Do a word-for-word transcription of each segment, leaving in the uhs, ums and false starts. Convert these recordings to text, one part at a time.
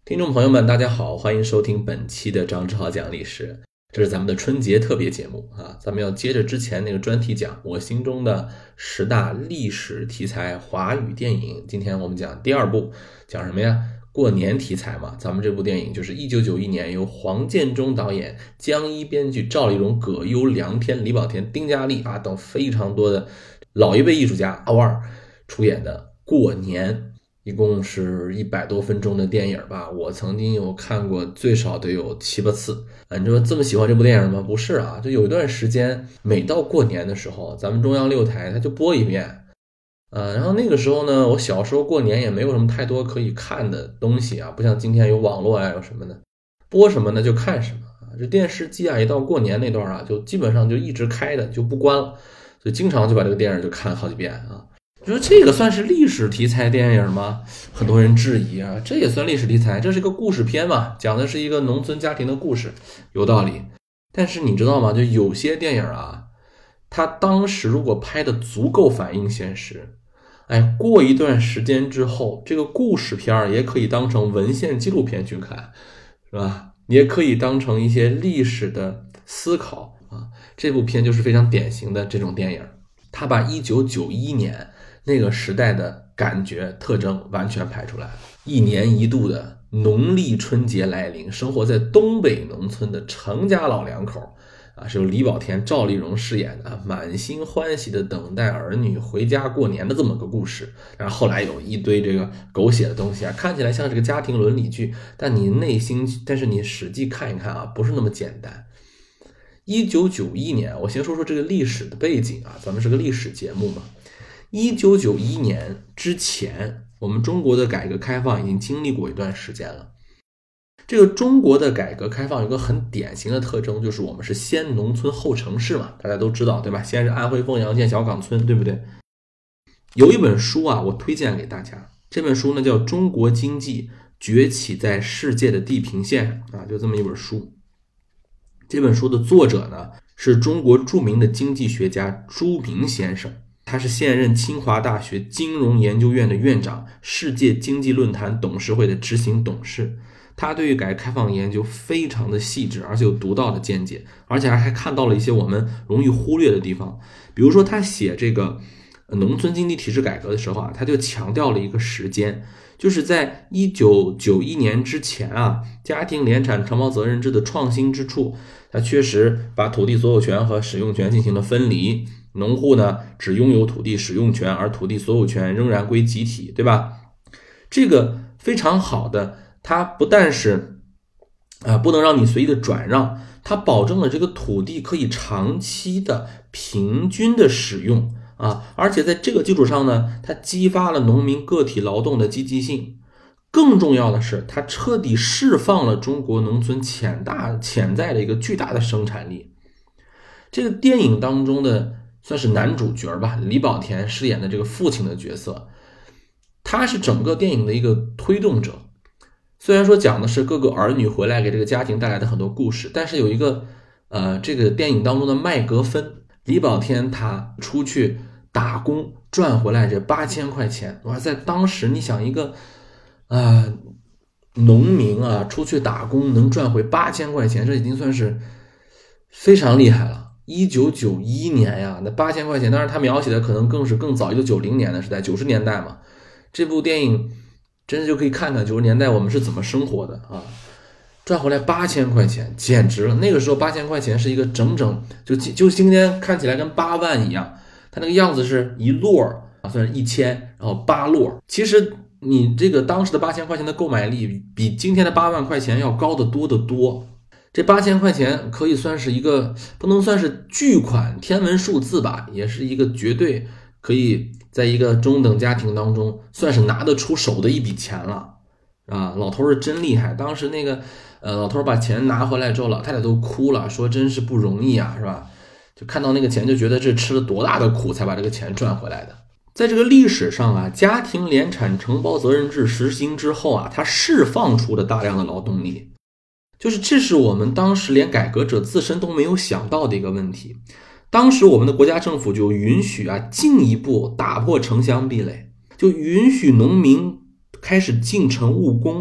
听众朋友们大家好，欢迎收听本期的张志豪讲历史，这是咱们的春节特别节目啊，咱们要接着之前那个专题讲我心中的十大历史题材华语电影。今天我们讲第二部，讲什么呀？过年题材嘛。咱们这部电影就是一九九一年由黄建中导演、江一编剧、赵丽蓉、葛优、梁天、李保田、丁嘉丽啊等非常多的老一辈艺术家奥二出演的过年，一共是一百多分钟的电影吧，我曾经有看过，最少得有七八次。啊，你说这么喜欢这部电影吗？不是啊，就有一段时间，每到过年的时候，咱们中央六台它就播一遍。呃，然后那个时候呢，我小时候过年也没有什么太多可以看的东西啊，不像今天有网络啊，有什么的，播什么呢就看什么啊。这电视机啊，一到过年那段啊，就基本上就一直开的，就不关了，所以经常就把这个电影就看好几遍啊。你说这个算是历史题材电影吗？很多人质疑啊，这也算历史题材？这是个故事片嘛，讲的是一个农村家庭的故事，有道理。但是你知道吗？就有些电影啊，它当时如果拍的足够反映现实，哎，过一段时间之后，这个故事片也可以当成文献纪录片去看，是吧？也可以当成一些历史的思考啊。这部片就是非常典型的这种电影，它把一九九一年那个时代的感觉特征完全拍出来了。一年一度的农历春节来临，生活在东北农村的程家老两口啊，是由李保田、赵丽蓉饰演的，满心欢喜的等待儿女回家过年的这么个故事。然后后来有一堆这个狗血的东西啊，看起来像这个家庭伦理剧，但你内心，但是你实际看一看啊，不是那么简单。一九九一年，我先说说这个历史的背景啊，咱们是个历史节目嘛。一九九一年之前，我们中国的改革开放已经经历过一段时间了。这个中国的改革开放有一个很典型的特征，就是我们是先农村后城市嘛，大家都知道对吧？先是安徽凤阳县小岗村，对不对？有一本书啊，我推荐给大家，这本书呢叫《中国经济崛起在世界的地平线》啊，就这么一本书。这本书的作者呢是中国著名的经济学家朱明先生，他是现任清华大学金融研究院的院长，世界经济论坛董事会的执行董事。他对于改革开放研究非常的细致，而且有独到的见解，而且还看到了一些我们容易忽略的地方。比如说他写这个农村经济体制改革的时候啊，他就强调了一个时间，就是在一九九一年之前啊，家庭联产承包责任制的创新之处，他确实把土地所有权和使用权进行了分离，农户呢只拥有土地使用权，而土地所有权仍然归集体，对吧？这个非常好的，它不但是啊、呃、不能让你随意的转让，它保证了这个土地可以长期的平均的使用啊，而且在这个基础上呢，它激发了农民个体劳动的积极性。更重要的是，它彻底释放了中国农村潜大潜在的一个巨大的生产力。这个电影当中的算是男主角吧，李保田饰演的这个父亲的角色，他是整个电影的一个推动者。虽然说讲的是各个儿女回来给这个家庭带来的很多故事，但是有一个呃，这个电影当中的麦格芬，李保田他出去打工赚回来这八千块钱，哇，在当时你想一个啊、呃、农民啊出去打工能赚回八千块钱，这已经算是非常厉害了。一九九一年呀，那八千块钱，当然他描写的可能更是更早，一九九零年的时代，九十年代嘛。这部电影真的就可以看看九十年代我们是怎么生活的啊！赚回来八千块钱，简直了！那个时候八千块钱是一个整整就就今天看起来跟八万一样，它那个样子是一摞啊，算是一千，然后八摞。其实你这个当时的八千块钱的购买力比今天的八万块钱要高得多得多。这八千块钱可以算是一个不能算是巨款天文数字吧，也是一个绝对可以在一个中等家庭当中算是拿得出手的一笔钱了啊！老头是真厉害，当时那个呃老头把钱拿回来之后，老太太都哭了，说真是不容易啊，是吧？就看到那个钱就觉得这吃了多大的苦才把这个钱赚回来的。在这个历史上啊，家庭联产承包责任制实行之后啊，它释放出了大量的劳动力。就是这是我们当时连改革者自身都没有想到的一个问题。当时我们的国家政府就允许啊进一步打破城乡壁垒，就允许农民开始进城务工了。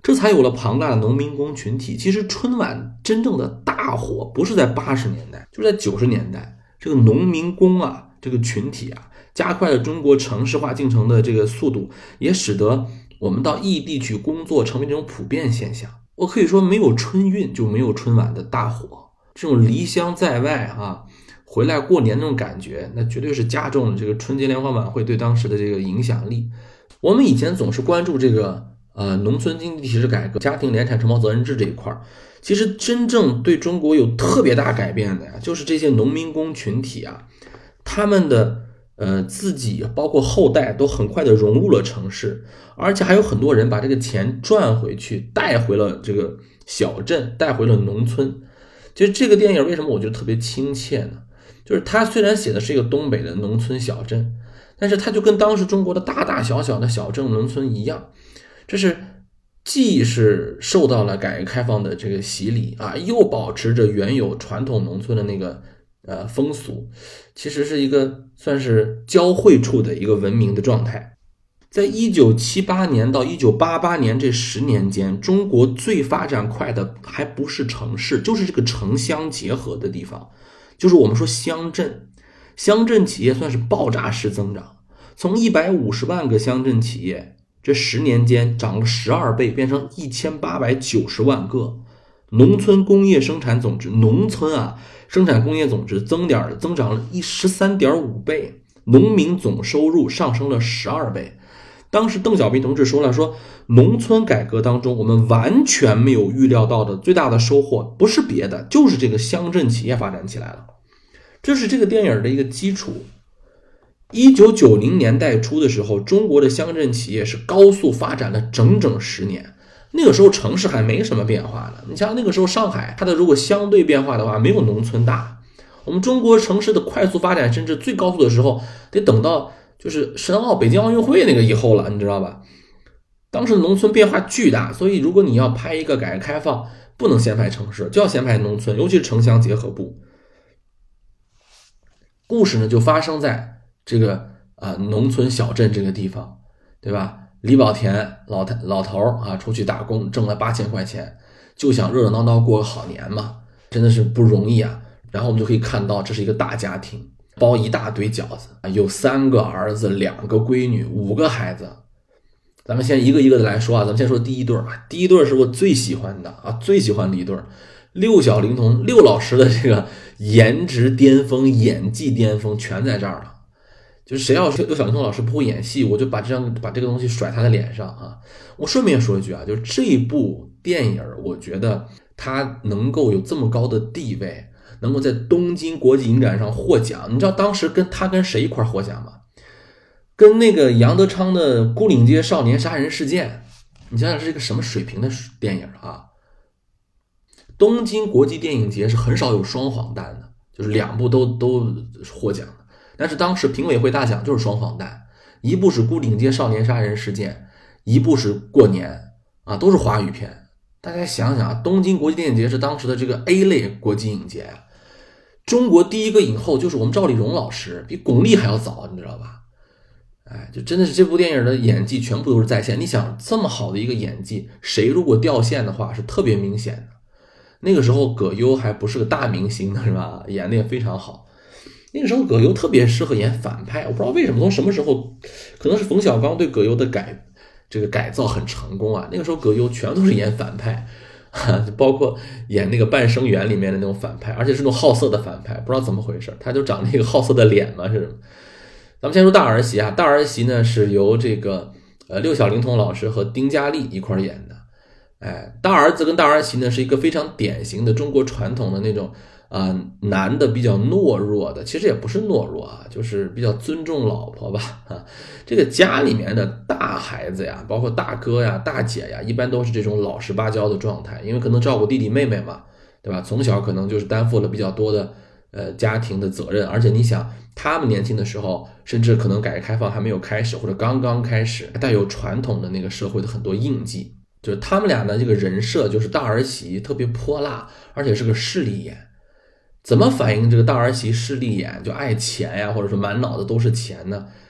这才有了庞大的农民工群体。其实春晚真正的大火不是在八十年代，就是在九十年代，这个农民工啊这个群体啊加快了中国城市化进程的这个速度，也使得我们到异地去工作成为这种普遍现象。我可以说没有春运就没有春晚的大火，这种离乡在外啊回来过年那种感觉，那绝对是加重了这个春节联欢晚会对当时的这个影响力。我们以前总是关注这个呃农村经济体制改革、家庭联产承包责任制这一块，其实真正对中国有特别大改变的呀，就是这些农民工群体啊，他们的呃自己包括后代都很快的融入了城市，而且还有很多人把这个钱赚回去，带回了这个小镇，带回了农村。其实这个电影为什么我觉得特别亲切呢？就是它虽然写的是一个东北的农村小镇，但是它就跟当时中国的大大小小的小镇农村一样，这是既是受到了改革开放的这个洗礼啊，又保持着原有传统农村的那个呃风俗，其实是一个算是交汇处的一个文明的状态。在一九七八年到一九八八年这十年间，中国最发展快的还不是城市，就是这个城乡结合的地方，就是我们说乡镇。乡镇企业算是爆炸式增长，从一百五十万个乡镇企业，这十年间涨了十二倍，变成一千八百九十万个。农村工业生产总值，农村啊生产工业总值增点增长了十三点五倍，农民总收入上升了十二倍。当时邓小平同志说了，说农村改革当中我们完全没有预料到的最大的收获不是别的，就是这个乡镇企业发展起来了。这是这个电影的一个基础。一九九零年代初的时候，中国的乡镇企业是高速发展了整整十年。那个时候城市还没什么变化呢，你像那个时候上海，它的如果相对变化的话，没有农村大。我们中国城市的快速发展，甚至最高速的时候，得等到就是申奥、北京奥运会那个以后了，你知道吧？当时农村变化巨大，所以如果你要拍一个改革开放，不能先拍城市，就要先拍农村，尤其是城乡结合部。故事呢就发生在这个啊、呃、农村小镇这个地方，对吧？李保田老太老头啊出去打工挣了八千块钱，就想热热闹闹过个好年嘛，真的是不容易啊。然后我们就可以看到这是一个大家庭，包一大堆饺子，有三个儿子，两个闺女，五个孩子。咱们先一个一个的来说啊，咱们先说第一对啊，第一对是我最喜欢的啊，最喜欢的一对。六小龄童，六老师的这个颜值巅峰、演技巅峰全在这儿了。就是谁要是六小龄童老师不会演戏，我就把这样把这个东西甩他的脸上啊！我顺便说一句啊，就是这部电影，我觉得它能够有这么高的地位，能够在东京国际影展上获奖。你知道当时跟他跟谁一块获奖吗？跟那个杨德昌的《牯岭街少年杀人事件》，你想想这是一个什么水平的电影啊！东京国际电影节是很少有双黄蛋的，就是两部都都获奖的。但是当时评委会大奖就是双黄蛋，一部是《牯岭街少年杀人事件》，一部是《过年》啊，都是华语片。大家想想啊，东京国际电影节是当时的这个 A 类国际影节啊。中国第一个影后就是我们赵丽蓉老师，比巩俐还要早，你知道吧？哎，就真的是这部电影的演技全部都是在线。你想这么好的一个演技，谁如果掉线的话是特别明显的。那个时候葛优还不是个大明星呢，是吧？演的也非常好。那个时候葛优特别适合演反派，我不知道为什么，从什么时候，可能是冯小刚对葛优的改这个改造很成功啊。那个时候葛优全都是演反派，包括演那个《半生缘》里面的那种反派，而且是那种好色的反派，不知道怎么回事，他就长了一个好色的脸嘛，是什么？咱们先说大儿媳啊，大儿媳呢是由这个呃六小龄童老师和丁嘉丽一块演的。哎，大儿子跟大儿媳呢是一个非常典型的中国传统的那种啊、呃，男的比较懦弱的，其实也不是懦弱啊，就是比较尊重老婆吧。啊，这个家里面的大孩子呀，包括大哥呀、大姐呀，一般都是这种老实巴交的状态，因为可能照顾弟弟妹妹嘛，对吧？从小可能就是担负了比较多的呃家庭的责任，而且你想，他们年轻的时候，甚至可能改革开放还没有开始，或者刚刚开始，带有传统的那个社会的很多印记。就是他们俩的这个人设，就是大儿媳特别泼辣，而且是个势利眼。怎么反映这个大儿媳势利眼，就爱钱呀，或者说满脑子都是钱呢？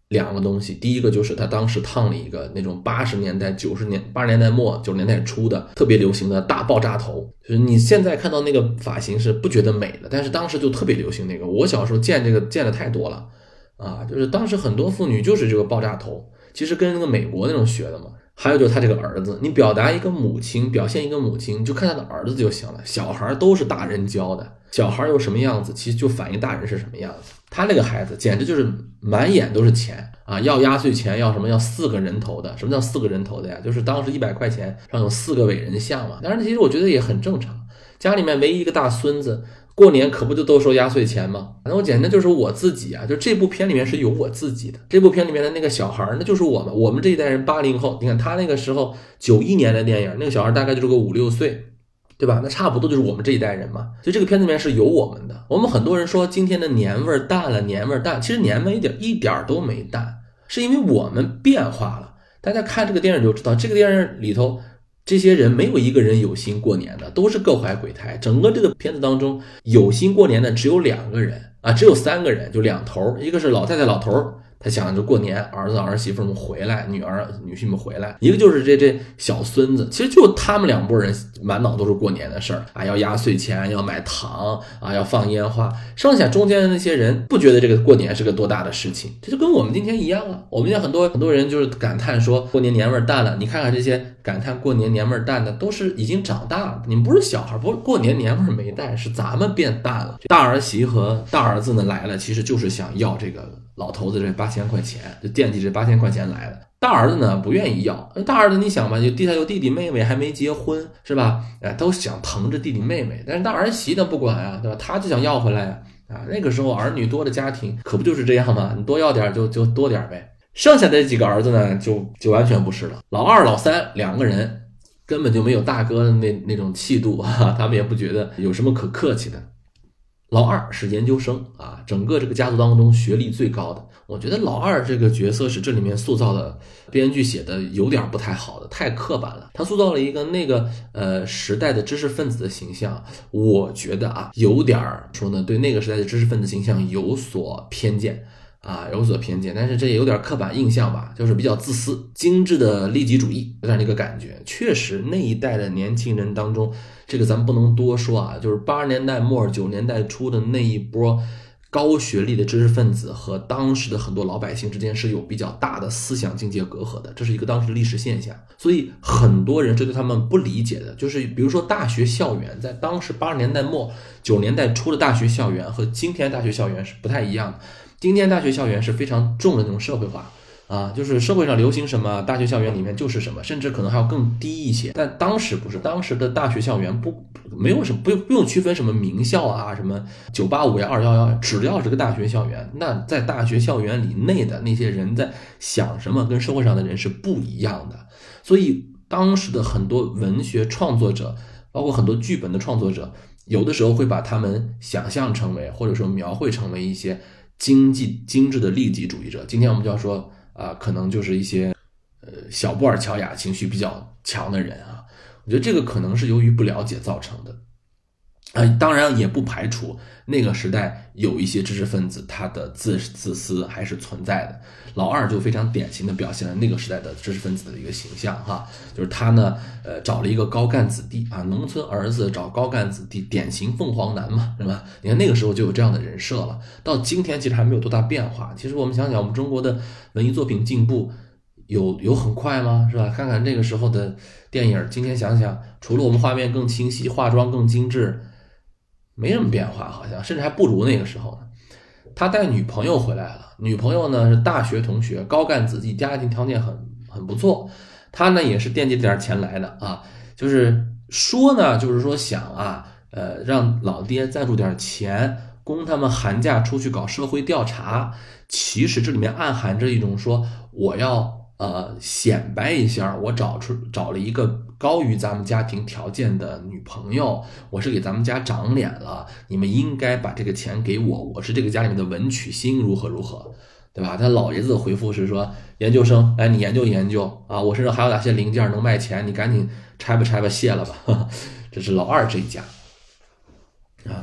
两个东西，第一个就是他当时烫了一个那种八十年代、九十年、八十年代末、九十年代初的特别流行的大爆炸头，就是你现在看到那个发型是不觉得美的，但是当时就特别流行那个。我小时候见这个见的太多了啊，就是当时很多妇女就是这个爆炸头，其实跟那个美国那种学的嘛。还有就是他这个儿子，你表达一个母亲，表现一个母亲，就看他的儿子就行了。小孩都是大人教的，小孩有什么样子，其实就反映大人是什么样子。他那个孩子简直就是满眼都是钱啊！要压岁钱，要什么要四个人头的？什么叫四个人头的呀？就是当时一百块钱上有四个伟人像嘛。当然，其实我觉得也很正常。家里面唯一一个大孙子，过年可不就都收压岁钱吗？那我简直就是我自己啊！就这部片里面是有我自己的。这部片里面的那个小孩，那就是我们，我们这一代人八零后。你看他那个时候九一年的电影，那个小孩大概就是个五六岁。对吧？那差不多就是我们这一代人嘛。所以这个片子里面是有我们的。我们很多人说今天的年味淡了，年味淡，其实年味一点一点都没淡，是因为我们变化了。大家看这个电影就知道，这个电影里头这些人没有一个人有心过年的，都是各怀鬼胎。整个这个片子当中有心过年的只有两个人啊，只有三个人，就两头，一个是老太太老头，他想着过年儿子儿媳妇们回来，女儿女婿们回来，一个就是这这小孙子，其实就他们两拨人满脑都是过年的事儿啊，要压岁钱，要买糖啊，要放烟花，剩下中间的那些人不觉得这个过年是个多大的事情，这就跟我们今天一样了。我们现在很多很多人就是感叹说过年年味淡了，你看看这些感叹过年年味淡的都是已经长大了，你们不是小孩，不是过年年味没淡，是咱们变淡了。大儿媳和大儿子呢来了，其实就是想要这个老头子这八千块钱，就惦记这八千块钱来了。大儿子呢不愿意要，大儿子你想吧，就地下有弟弟妹妹还没结婚是吧？哎，都想疼着弟弟妹妹，但是大儿媳呢不管啊，对吧？他就想要回来啊。啊，那个时候儿女多的家庭可不就是这样吗？你多要点就就多点呗。剩下的几个儿子呢，就就完全不是了。老二、老三两个人根本就没有大哥的那那种气度啊，他们也不觉得有什么可客气的。老二是研究生啊，整个这个家族当中学历最高的。我觉得老二这个角色是这里面塑造的，编剧写的有点不太好的，太刻板了。他塑造了一个那个呃时代的知识分子的形象，我觉得啊有点说呢，对那个时代的知识分子形象有所偏见。啊，有所偏见，但是这也有点刻板印象吧，就是比较自私、精致的利己主义，有点那个感觉。确实，那一代的年轻人当中，这个咱们不能多说啊，就是八十年代末、九十年代初的那一波高学历的知识分子和当时的很多老百姓之间是有比较大的思想境界隔阂的，这是一个当时的历史现象。所以很多人是对他们不理解的，就是比如说大学校园，在当时八十年代末、九十年代初的大学校园和今天大学校园是不太一样的。今天大学校园是非常重的那种社会化啊，就是社会上流行什么，大学校园里面就是什么，甚至可能还要更低一些。但当时不是，当时的大学校园不没有什么不不用区分什么名校啊，什么九八五呀、二一一，只要是个大学校园，那在大学校园里内的那些人在想什么，跟社会上的人是不一样的。所以当时的很多文学创作者，包括很多剧本的创作者，有的时候会把他们想象成为，或者说描绘成为一些经济精致的利己主义者。今天我们就要说啊、呃，可能就是一些呃小布尔乔亚情绪比较强的人啊。我觉得这个可能是由于不了解造成的。啊、呃，当然也不排除那个时代有一些知识分子他的自自私还是存在的。老二就非常典型的表现了那个时代的知识分子的一个形象哈，就是他呢呃找了一个高干子弟啊，农村儿子找高干子弟，典型凤凰男嘛，是吧？你看那个时候就有这样的人设了，到今天其实还没有多大变化。其实我们想想，我们中国的文艺作品进步有有很快吗？是吧？看看那个时候的电影，今天想想，除了我们画面更清晰，化妆更精致，没什么变化，好像甚至还不如那个时候呢。他带女朋友回来了，女朋友呢是大学同学，高干子弟，家庭条件很很不错。他呢也是惦记这点钱来的啊，就是说呢，就是说想啊，呃，让老爹赞助点钱，供他们寒假出去搞社会调查。其实这里面暗含着一种说，我要呃显摆一下，我找出找了一个高于咱们家庭条件的女朋友，我是给咱们家长脸了，你们应该把这个钱给我，我是这个家里面的文曲星，如何如何，对吧？他老爷子的回复是说，研究生，来你研究研究啊，我身上还有哪些零件能卖钱，你赶紧拆吧拆吧卸了吧。呵呵，这是老二这一家啊。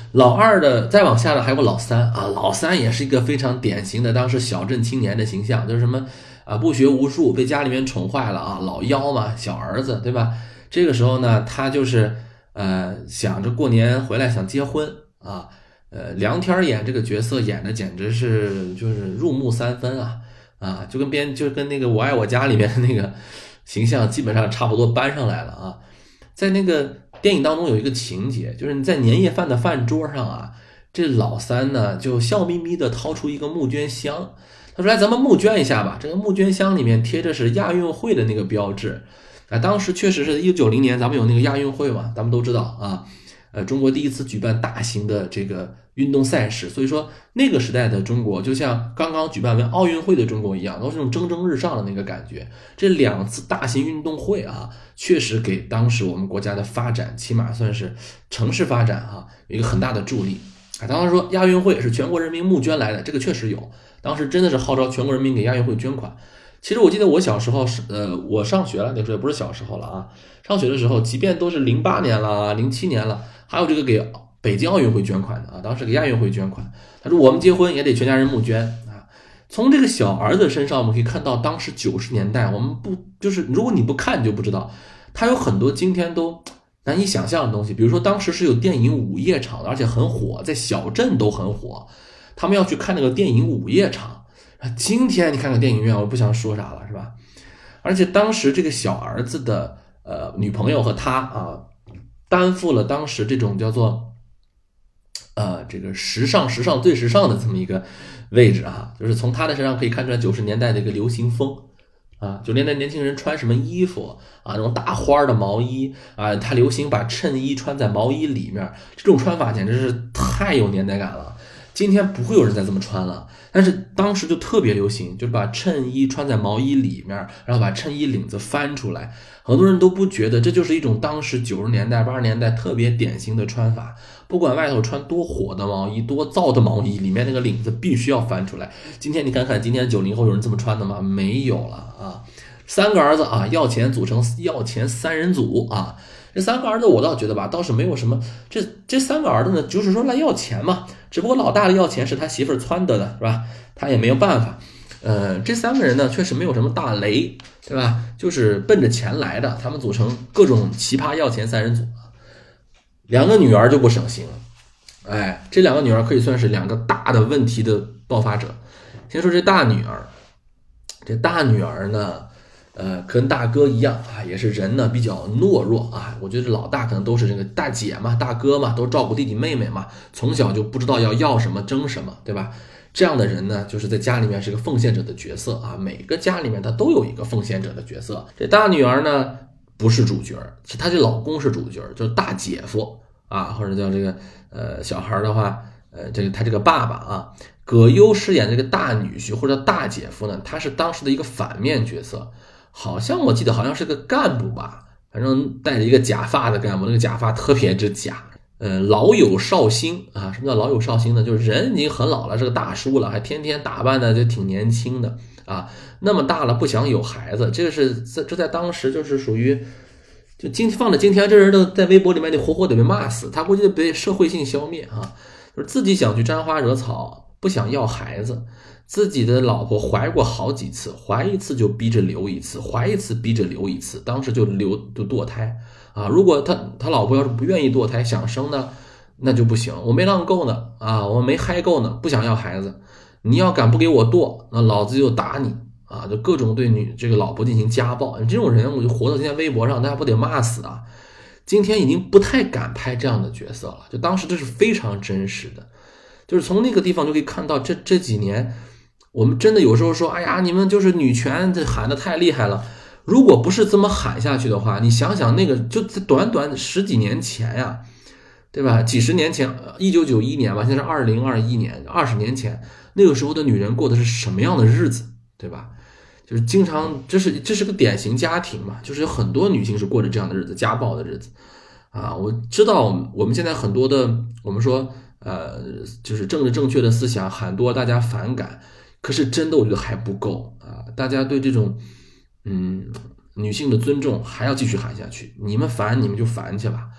老二的再往下的还有个老三啊，老三也是一个非常典型的当时小镇青年的形象，就是什么啊不学无术，被家里面宠坏了啊，老幺嘛，小儿子对吧？这个时候呢，他就是呃想着过年回来想结婚啊，呃梁天演这个角色演的简直是就是入木三分啊啊，就跟编就跟那个我爱我家里面的那个形象基本上差不多搬上来了啊。在那个电影当中有一个情节，就是你在年夜饭的饭桌上啊，这老三呢就笑眯眯的掏出一个募捐箱，他说来咱们募捐一下吧。这个募捐箱里面贴着是亚运会的那个标志啊，当时确实是一九九零年咱们有那个亚运会嘛，咱们都知道啊，呃，中国第一次举办大型的这个运动赛事，所以说那个时代的中国就像刚刚举办完奥运会的中国一样，都是那种蒸蒸日上的那个感觉。这两次大型运动会啊，确实给当时我们国家的发展，起码算是城市发展啊，有一个很大的助力啊。当时说亚运会是全国人民募捐来的，这个确实有，当时真的是号召全国人民给亚运会捐款。其实我记得我小时候是呃，我上学了，那时候也不是小时候了啊。上学的时候，即便都是零八年了、零七年了，还有这个给北京奥运会捐款的啊，当时给亚运会捐款。他说我们结婚也得全家人募捐啊。从这个小儿子身上，我们可以看到当时九十年代，我们不就是如果你不看你就不知道，他有很多今天都难以想象的东西。比如说当时是有电影午夜场的，而且很火，在小镇都很火，他们要去看那个电影午夜场。今天你看看电影院，我不想说啥了，是吧？而且当时这个小儿子的呃女朋友和他啊，担负了当时这种叫做呃这个时尚时尚最时尚的这么一个位置啊，就是从他的身上可以看出来九十年代的一个流行风啊，九十年代年轻人穿什么衣服啊，那种大花的毛衣啊，他流行把衬衣穿在毛衣里面，这种穿法简直是太有年代感了。今天不会有人再这么穿了，但是当时就特别流行，就是把衬衣穿在毛衣里面，然后把衬衣领子翻出来，很多人都不觉得这就是一种当时九十年代八十年代特别典型的穿法，不管外头穿多火的毛衣多燥的毛衣，里面那个领子必须要翻出来。今天你看看今天九零后有人这么穿的吗？没有了啊。三个儿子啊，要钱组成要钱三人组啊。这三个儿子我倒觉得吧，倒是没有什么，这这三个儿子呢，就是说来要钱嘛，只不过老大的要钱是他媳妇儿撺掇的，是吧？他也没有办法。呃，这三个人呢，确实没有什么大雷，对吧？就是奔着钱来的，他们组成各种奇葩要钱三人组。两个女儿就不省心了，哎，这两个女儿可以算是两个大的问题的爆发者。先说这大女儿，这大女儿呢，呃，跟大哥一样啊，也是人呢比较懦弱啊。我觉得老大可能都是这个大姐嘛、大哥嘛，都照顾弟弟妹妹嘛，从小就不知道要要什么争什么，对吧？这样的人呢，就是在家里面是个奉献者的角色啊。每个家里面他都有一个奉献者的角色。这大女儿呢不是主角，是她这老公是主角，就是大姐夫啊，或者叫这个呃小孩的话，呃这个他这个爸爸啊。葛优饰演这个大女婿或者大姐夫呢，他是当时的一个反面角色。好像我记得好像是个干部吧，反正戴着一个假发的干部，那个假发特别之假。呃，老有少新啊，什么叫老有少新呢？就是人已经很老了，是个大叔了，还天天打扮的就挺年轻的啊。那么大了不想有孩子，这个是这这在当时就是属于，就今放着今天这人都在微博里面得活活得被骂死，他估计被社会性消灭啊。就是自己想去沾花惹草，不想要孩子。自己的老婆怀过好几次，怀一次就逼着留一次，怀一次逼着留一次，当时就留就堕胎啊！如果他他老婆要是不愿意堕胎，想生呢，那就不行。我没浪够呢啊，我没嗨够呢，不想要孩子。你要敢不给我堕，那老子就打你啊！就各种对女这个老婆进行家暴。你这种人，我就活到今天微博上，大家不得骂死啊！今天已经不太敢拍这样的角色了，就当时这是非常真实的，就是从那个地方就可以看到这这几年。我们真的有时候说，哎呀，你们就是女权这喊得太厉害了。如果不是这么喊下去的话，你想想那个就在短短十几年前呀，对吧？几十年前，一九九一年吧，现在是二零二一年，二十年前，那个时候的女人过的是什么样的日子，对吧？就是经常，这是这是个典型家庭嘛，就是有很多女性是过着这样的日子，家暴的日子啊。我知道我们现在很多的，我们说呃，就是政治正确的思想，很多大家反感。可是真的我觉得还不够啊！大家对这种嗯女性的尊重还要继续喊下去。你们烦你们就烦去吧，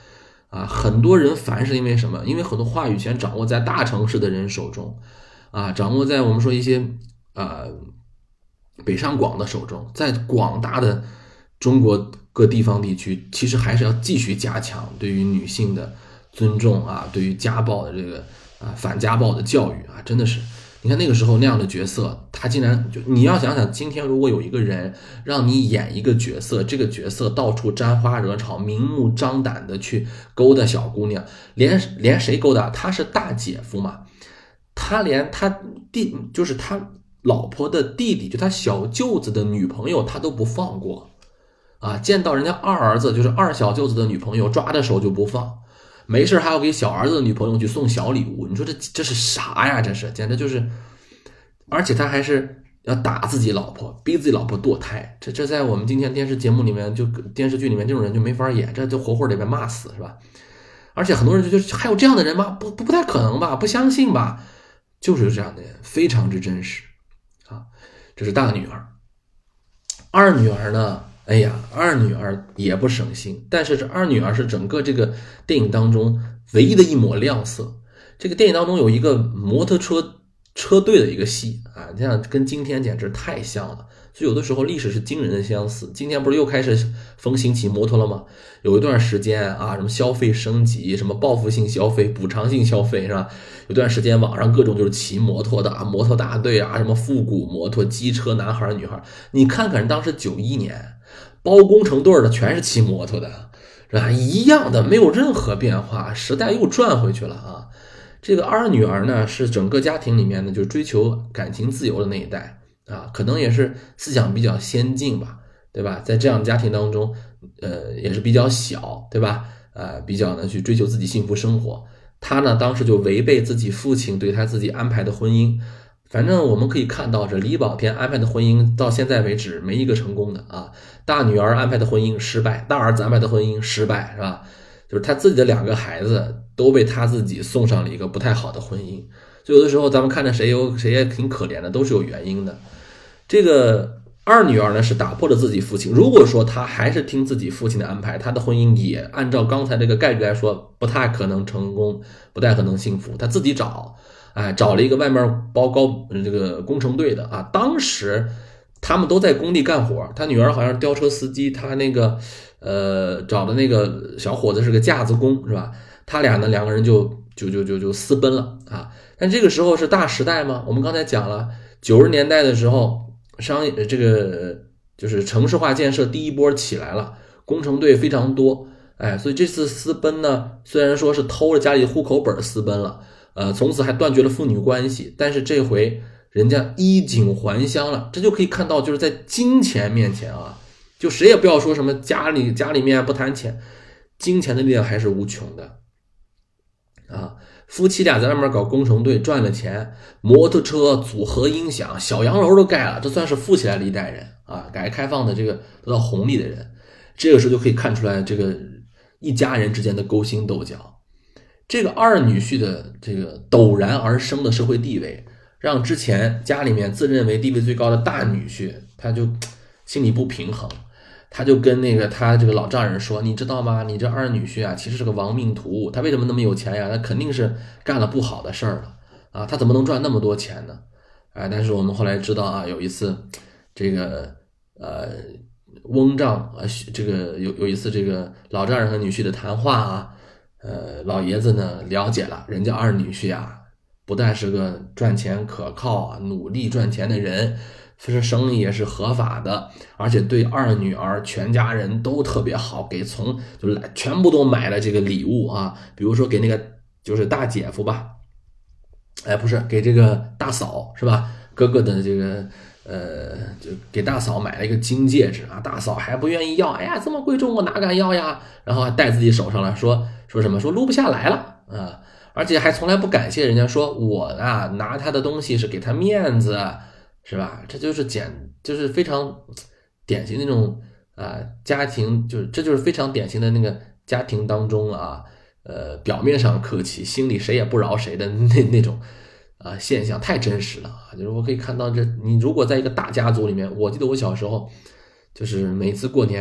啊，很多人烦是因为什么？因为很多话语权掌握在大城市的人手中，啊，掌握在我们说一些啊、呃、北上广的手中，在广大的中国各地方地区，其实还是要继续加强对于女性的尊重啊，对于家暴的这个啊反家暴的教育啊，真的是。你看那个时候那样的角色，他竟然就你要想想，今天如果有一个人让你演一个角色，这个角色到处沾花惹草，明目张胆的去勾搭小姑娘，连连谁勾搭？他是大姐夫嘛，他连他弟就是他老婆的弟弟，就他小舅子的女朋友，他都不放过啊！见到人家二儿子，就是二小舅子的女朋友，抓着手就不放。没事还要给小儿子的女朋友去送小礼物，你说这这是啥呀？这是简直就是，而且他还是要打自己老婆，逼自己老婆堕胎。这这在我们今天电视节目里面，就电视剧里面这种人就没法演，这就活活得被骂死是吧？而且很多人就觉得还有这样的人吗？不不不太可能吧？不相信吧？就是这样的人，非常之真实啊。这是大女儿，二女儿呢？哎呀，二女儿也不省心，但是这二女儿是整个这个电影当中唯一的一抹亮色。这个电影当中有一个摩托车车队的一个戏啊，这样跟今天简直太像了。所以有的时候历史是惊人的相似。今天不是又开始风行骑摩托了吗？有一段时间啊，什么消费升级，什么报复性消费、补偿性消费是吧？有段时间网上各种就是骑摩托的啊，摩托大队啊，什么复古摩托、机车男孩女孩。你看看当时九一年。包工程队的全是骑摩托的，是吧？一样的，没有任何变化，时代又转回去了啊。这个二女儿呢，是整个家庭里面呢，就追求感情自由的那一代啊，可能也是思想比较先进吧，对吧？在这样的家庭当中，呃，也是比较小，对吧？呃，比较呢去追求自己幸福生活。她呢，当时就违背自己父亲对她自己安排的婚姻。反正我们可以看到，这李保田安排的婚姻到现在为止没一个成功的啊。大女儿安排的婚姻失败，大儿子安排的婚姻失败，是吧？就是他自己的两个孩子都被他自己送上了一个不太好的婚姻。所以有的时候咱们看着谁有谁也挺可怜的，都是有原因的。这个二女儿呢是打破了自己父亲，如果说她还是听自己父亲的安排，她的婚姻也按照刚才这个概率来说不太可能成功，不太可能幸福。她自己找。哎，找了一个外面包高这个工程队的啊，当时他们都在工地干活，他女儿好像是吊车司机，他那个呃找的那个小伙子是个架子工，是吧？他俩呢两个人就就就就就私奔了啊。但这个时候是大时代吗？我们刚才讲了，九十年代的时候，商业这个就是城市化建设第一波起来了，工程队非常多，哎，所以这次私奔呢，虽然说是偷了家里户口本私奔了。呃，从此还断绝了父女关系，但是这回人家衣锦还乡了，这就可以看到，就是在金钱面前啊，就谁也不要说什么家里家里面不谈钱，金钱的力量还是无穷的啊。夫妻俩在外面搞工程队赚了钱，摩托车、组合音响、小洋楼都盖了，这算是富起来了一代人啊，改革开放的这个得到红利的人，这个时候就可以看出来这个一家人之间的勾心斗角。这个二女婿的这个陡然而生的社会地位，让之前家里面自认为地位最高的大女婿，他就心里不平衡，他就跟那个他这个老丈人说：“你知道吗？你这二女婿啊，其实是个亡命徒。他为什么那么有钱呀？他肯定是干了不好的事儿了啊！他怎么能赚那么多钱呢？”哎，但是我们后来知道啊，有一次这个呃翁丈啊，这个有有一次这个老丈人和女婿的谈话啊。呃，老爷子呢了解了，人家二女婿啊，不但是个赚钱可靠啊、努力赚钱的人，是生意也是合法的，而且对二女儿全家人都特别好，给从就来全部都买了这个礼物啊，比如说给那个就是大姐夫吧，哎，不是给这个大嫂是吧？哥哥的这个。呃，就给大嫂买了一个金戒指啊，大嫂还不愿意要，哎呀，这么贵重我哪敢要呀？然后还戴自己手上了，说说什么说撸不下来了啊，而且还从来不感谢人家，说我啊拿他的东西是给他面子，是吧？这就是简，就是非常典型的那种啊家庭，就是这就是非常典型的那个家庭当中啊，呃，表面上客气，心里谁也不饶谁的那那种。啊，现象太真实了啊！就是我可以看到这，你如果在一个大家族里面，我记得我小时候，就是每次过年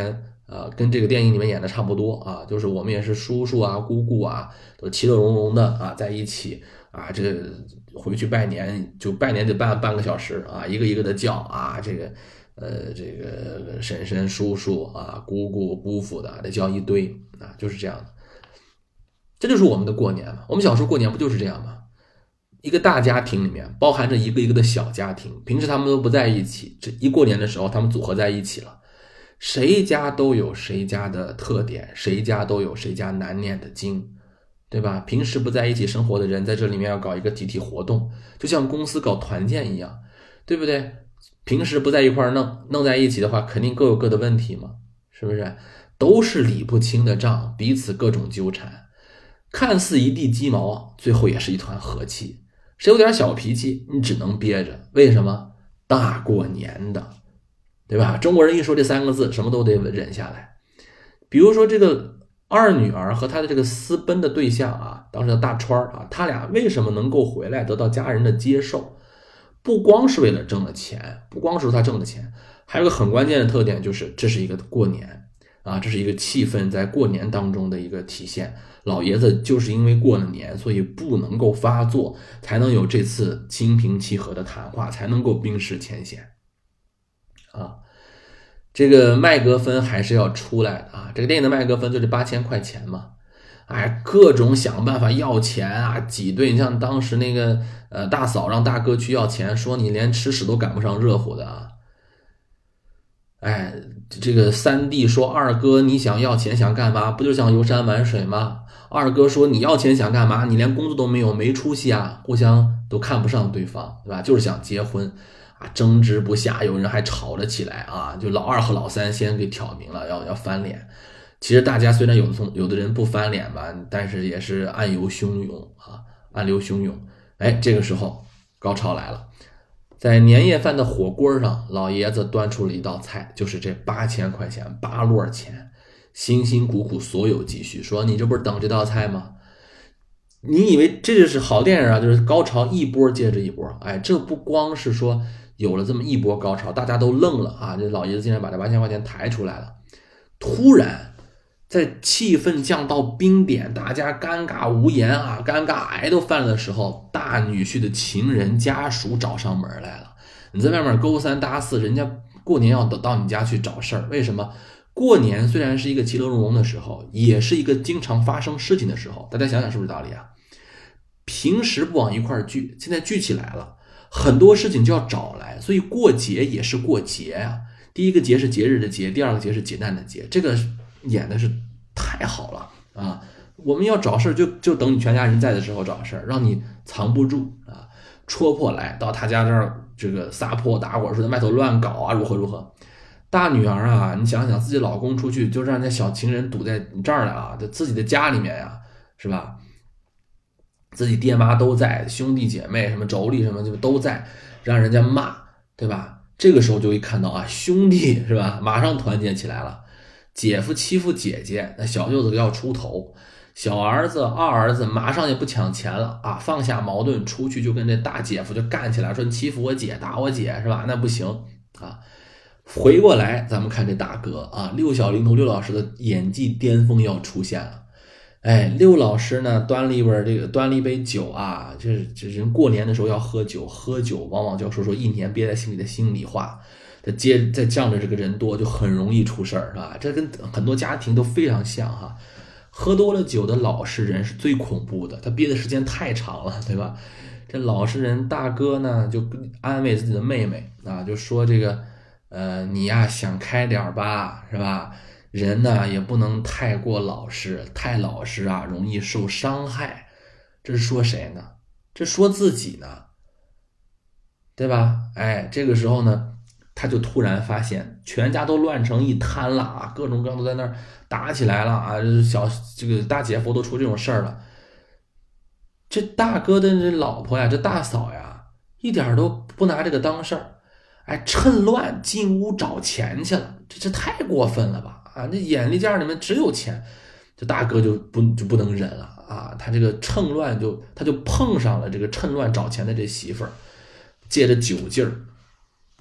啊，跟这个电影里面演的差不多啊，就是我们也是叔叔啊、姑姑啊，都其乐融融的啊，在一起啊，这个回去拜年就拜年得办半个小时啊，一个一个的叫啊，这个呃这个婶婶、叔叔啊、姑姑、姑父的得叫一堆啊，就是这样的。这就是我们的过年嘛，我们小时候过年不就是这样吗？一个大家庭里面包含着一个一个的小家庭，平时他们都不在一起，这一过年的时候他们组合在一起了。谁家都有谁家的特点，谁家都有谁家难念的经，对吧？平时不在一起生活的人在这里面要搞一个集体活动，就像公司搞团建一样，对不对？平时不在一块弄弄在一起的话，肯定各有各的问题嘛，是不是？都是理不清的账，彼此各种纠缠，看似一地鸡毛，最后也是一团和气。谁有点小脾气，你只能憋着，为什么？大过年的，对吧？中国人一说这三个字，什么都得忍下来。比如说这个二女儿和她的这个私奔的对象啊，当时叫大川啊，他俩为什么能够回来得到家人的接受？不光是为了挣了钱，不光是他挣的钱，还有个很关键的特点，就是这是一个过年啊，这是一个气氛在过年当中的一个体现。老爷子就是因为过了年，所以不能够发作，才能有这次心平气和的谈话，才能够冰释前嫌啊。这个麦格芬还是要出来的啊！这个电影的麦格芬就是八千块钱嘛，哎，各种想办法要钱啊，挤兑。你像当时那个呃大嫂让大哥去要钱，说你连吃屎都赶不上热乎的啊！哎，这个三弟说二哥你想要钱想干嘛？不就想游山玩水吗？二哥说你要钱想干嘛？你连工作都没有，没出息啊！互相都看不上对方，对吧？就是想结婚啊，争执不下，有人还吵了起来啊！就老二和老三先给挑明了，要要翻脸。其实大家虽然有的有的人不翻脸吧，但是也是暗流汹涌啊，暗流汹涌。哎，这个时候高潮来了。在年夜饭的火锅上，老爷子端出了一道菜，就是这八千块钱八摞钱，辛辛苦苦所有积蓄，说你这不是等这道菜吗？你以为这就是好电影啊？就是高潮一波接着一波。哎，这不光是说有了这么一波高潮，大家都愣了啊！这老爷子竟然把这八千块钱抬出来了。突然，在气氛降到冰点，大家尴尬无言啊，尴尬癌都犯了的时候，大女婿的情人家属找上门来了。你在外面勾三搭四，人家过年要到你家去找事儿，为什么？过年虽然是一个其乐融融的时候，也是一个经常发生事情的时候。大家想想是不是道理啊？平时不往一块聚，现在聚起来了，很多事情就要找来，所以过节也是过节啊。第一个节是节日的节，第二个节是劫难的劫，这个演的是太好了啊！我们要找事就就等你全家人在的时候找事，让你藏不住啊，戳破来到他家这儿这个撒泼打滚，说在外头乱搞啊，如何如何。大女儿啊，你想想自己老公出去就让人家小情人堵在这儿了啊，在自己的家里面呀，是吧？自己爹妈都在，兄弟姐妹什么妯娌什么就都在，让人家骂，对吧？这个时候就会看到啊，兄弟是吧，马上团结起来了。姐夫欺负姐姐，那小舅子要出头，小儿子二儿子马上也不抢钱了啊，放下矛盾出去就跟这大姐夫就干起来，说你欺负我姐打我姐是吧？那不行啊。回过来咱们看这大哥啊，六小龄童六老师的演技巅峰要出现了。哎，六老师呢端了一杯这个端了一杯酒啊，就是这人过年的时候要喝酒，喝酒往往就要说说一年憋在心里的心里话。他接再仗着这个人多，就很容易出事儿，是吧？这跟很多家庭都非常像哈。喝多了酒的老实人是最恐怖的，他憋的时间太长了，对吧？这老实人大哥呢就安慰自己的妹妹啊，就说这个呃你呀想开点吧，是吧？人呢也不能太过老实，太老实啊容易受伤害。这是说谁呢？这说自己呢，对吧？哎，这个时候呢他就突然发现全家都乱成一滩了啊，各种各样都在那儿打起来了啊，小这个大姐夫都出这种事儿了。这大哥的这老婆呀，这大嫂呀，一点都不拿这个当事儿，哎，趁乱进屋找钱去了，这这太过分了吧？啊，那眼力见儿里面只有钱，这大哥就不就不能忍了啊！他这个趁乱就他就碰上了这个趁乱找钱的这媳妇儿，借着酒劲儿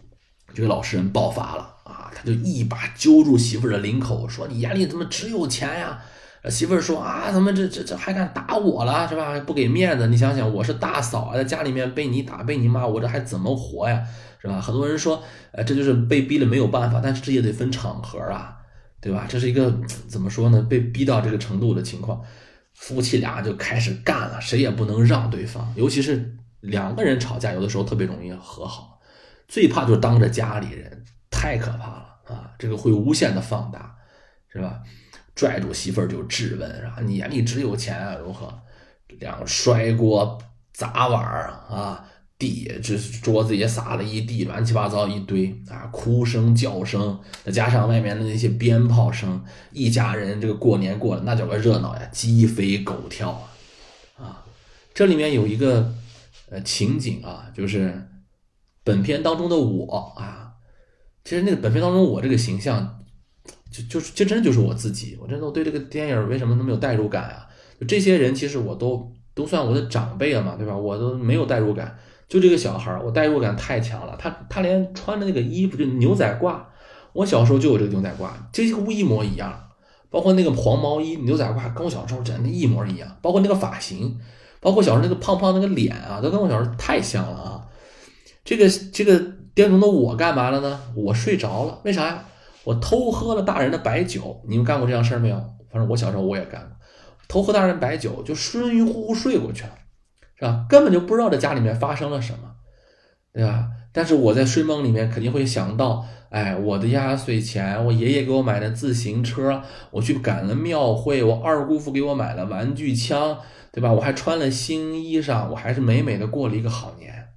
这个老实人爆发了啊，他就一把揪住媳妇儿的领口，说你眼里怎么只有钱呀？媳妇儿说啊，怎么这这这还敢打我了是吧？不给面子，你想想我是大嫂啊，在家里面被你打被你骂，我这还怎么活呀？是吧？很多人说，呃，这就是被逼了没有办法，但是这也得分场合啊，对吧？这是一个怎么说呢？被逼到这个程度的情况，夫妻俩就开始干了，谁也不能让对方，尤其是两个人吵架，有的时候特别容易和好，最怕就是当着家里人，太可怕了啊！这个会无限的放大，是吧？拽住媳妇儿就质问，啊，你眼里只有钱啊，如何？两个摔锅砸碗啊，地这桌子也撒了一地，乱七八糟一堆啊，哭声叫声，再加上外面的那些鞭炮声，一家人这个过年过的那叫个热闹呀，鸡飞狗跳啊！啊，这里面有一个呃情景啊，就是本片当中的我啊，其实那个本片当中我这个形象。就就是这真的就是我自己，我真的对这个电影为什么那么有代入感啊？就这些人其实我都都算我的长辈了嘛，对吧？我都没有代入感，就这个小孩我代入感太强了。他他连穿的那个衣服就牛仔褂，我小时候就有这个牛仔褂，几乎一模一样。包括那个黄毛衣、牛仔褂，跟我小时候真的一模一样。包括那个发型，包括小时候那个胖胖那个脸啊，都跟我小时候太像了啊。这个这个电影中的我干嘛了呢？我睡着了，为啥呀？我偷喝了大人的白酒，你们干过这样事儿没有？反正我小时候我也干过，偷喝大人白酒就晕晕乎乎睡过去了，是吧？根本就不知道这家里面发生了什么，对吧？但是我在睡梦里面肯定会想到，哎，我的压岁钱，我爷爷给我买的自行车，我去赶了庙会，我二姑父给我买了玩具枪，对吧？我还穿了新衣裳，我还是美美的过了一个好年。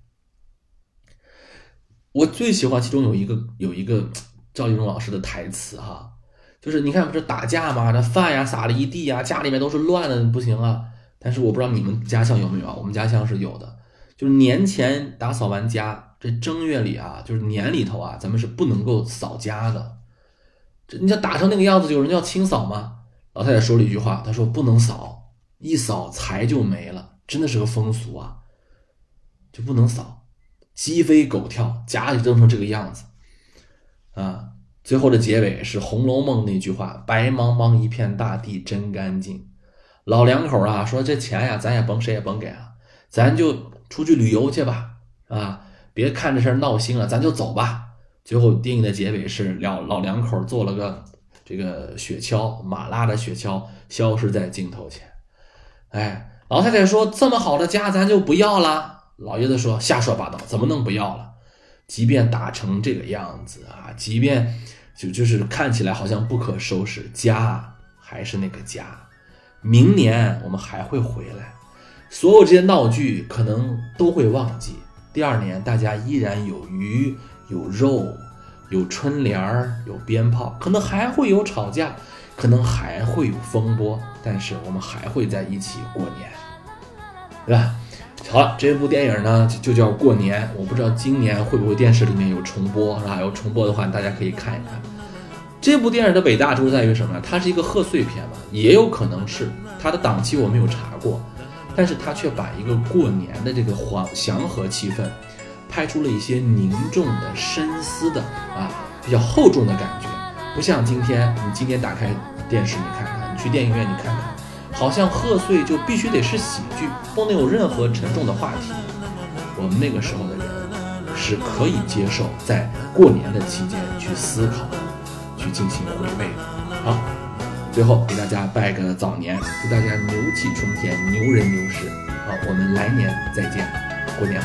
我最喜欢其中有一个有一个赵丽蓉老师的台词哈，就是你看不是打架嘛，那饭呀撒了一地呀，家里面都是乱的不行啊。但是我不知道你们家乡有没有啊，我们家乡是有的，就是年前打扫完家，这正月里啊，就是年里头啊，咱们是不能够扫家的。这你想打成那个样子，有人要清扫吗？老太太说了一句话，她说不能扫，一扫财就没了，真的是个风俗啊，就不能扫，鸡飞狗跳，家里扔成这个样子。啊，最后的结尾是《红楼梦》那句话，白茫茫一片大地真干净。老两口啊说这钱呀咱也甭谁也甭给了，咱就出去旅游去吧，啊，别看这事儿闹心了，咱就走吧。最后电影的结尾是老老两口做了个这个雪橇，马拉的雪橇消失在镜头前。哎，老太太说这么好的家咱就不要了，老爷子说瞎说八道，怎么能不要了？即便打成这个样子啊，即便就就是看起来好像不可收拾，家还是那个家，明年我们还会回来，所有这些闹剧可能都会忘记，第二年大家依然有鱼有肉有春联有鞭炮，可能还会有吵架，可能还会有风波，但是我们还会在一起过年，对吧？好了，这部电影呢就叫过年，我不知道今年会不会电视里面有重播，是吧？有重播的话大家可以看一看。这部电影的伟大之处在于什么呢？它是一个贺岁片嘛，也有可能是它的档期我没有查过，但是它却把一个过年的这个祥祥和气氛拍出了一些凝重的深思的啊比较厚重的感觉，不像今天你今天打开电视你看看，你去电影院你看看，好像贺岁就必须得是喜剧，不能有任何沉重的话题。我们那个时候的人是可以接受在过年的期间去思考去进行回味的。好，最后给大家拜个早年，祝大家牛气冲天，牛人牛事。好，我们来年再见，过年好。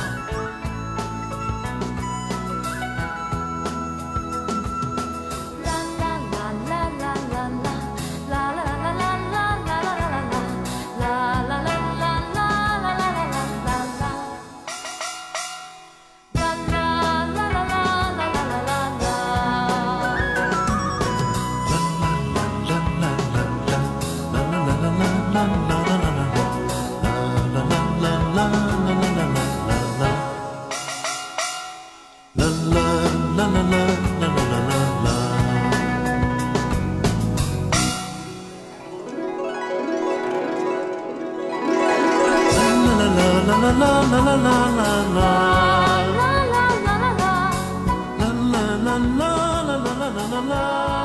la la la la la la la la la la la 啦啦啦啦啦啦啦。